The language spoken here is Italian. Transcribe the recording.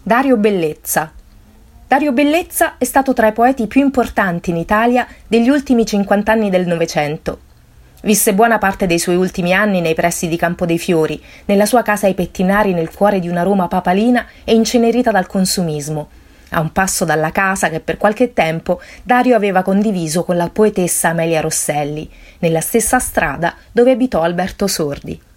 Dario Bellezza. Dario Bellezza è stato tra i poeti più importanti in Italia degli ultimi 50 anni del Novecento. Visse buona parte dei suoi ultimi anni nei pressi di Campo dei Fiori, nella sua casa ai Pettinari nel cuore di una Roma papalina e incenerita dal consumismo, a un passo dalla casa che per qualche tempo Dario aveva condiviso con la poetessa Amelia Rosselli, nella stessa strada dove abitò Alberto Sordi.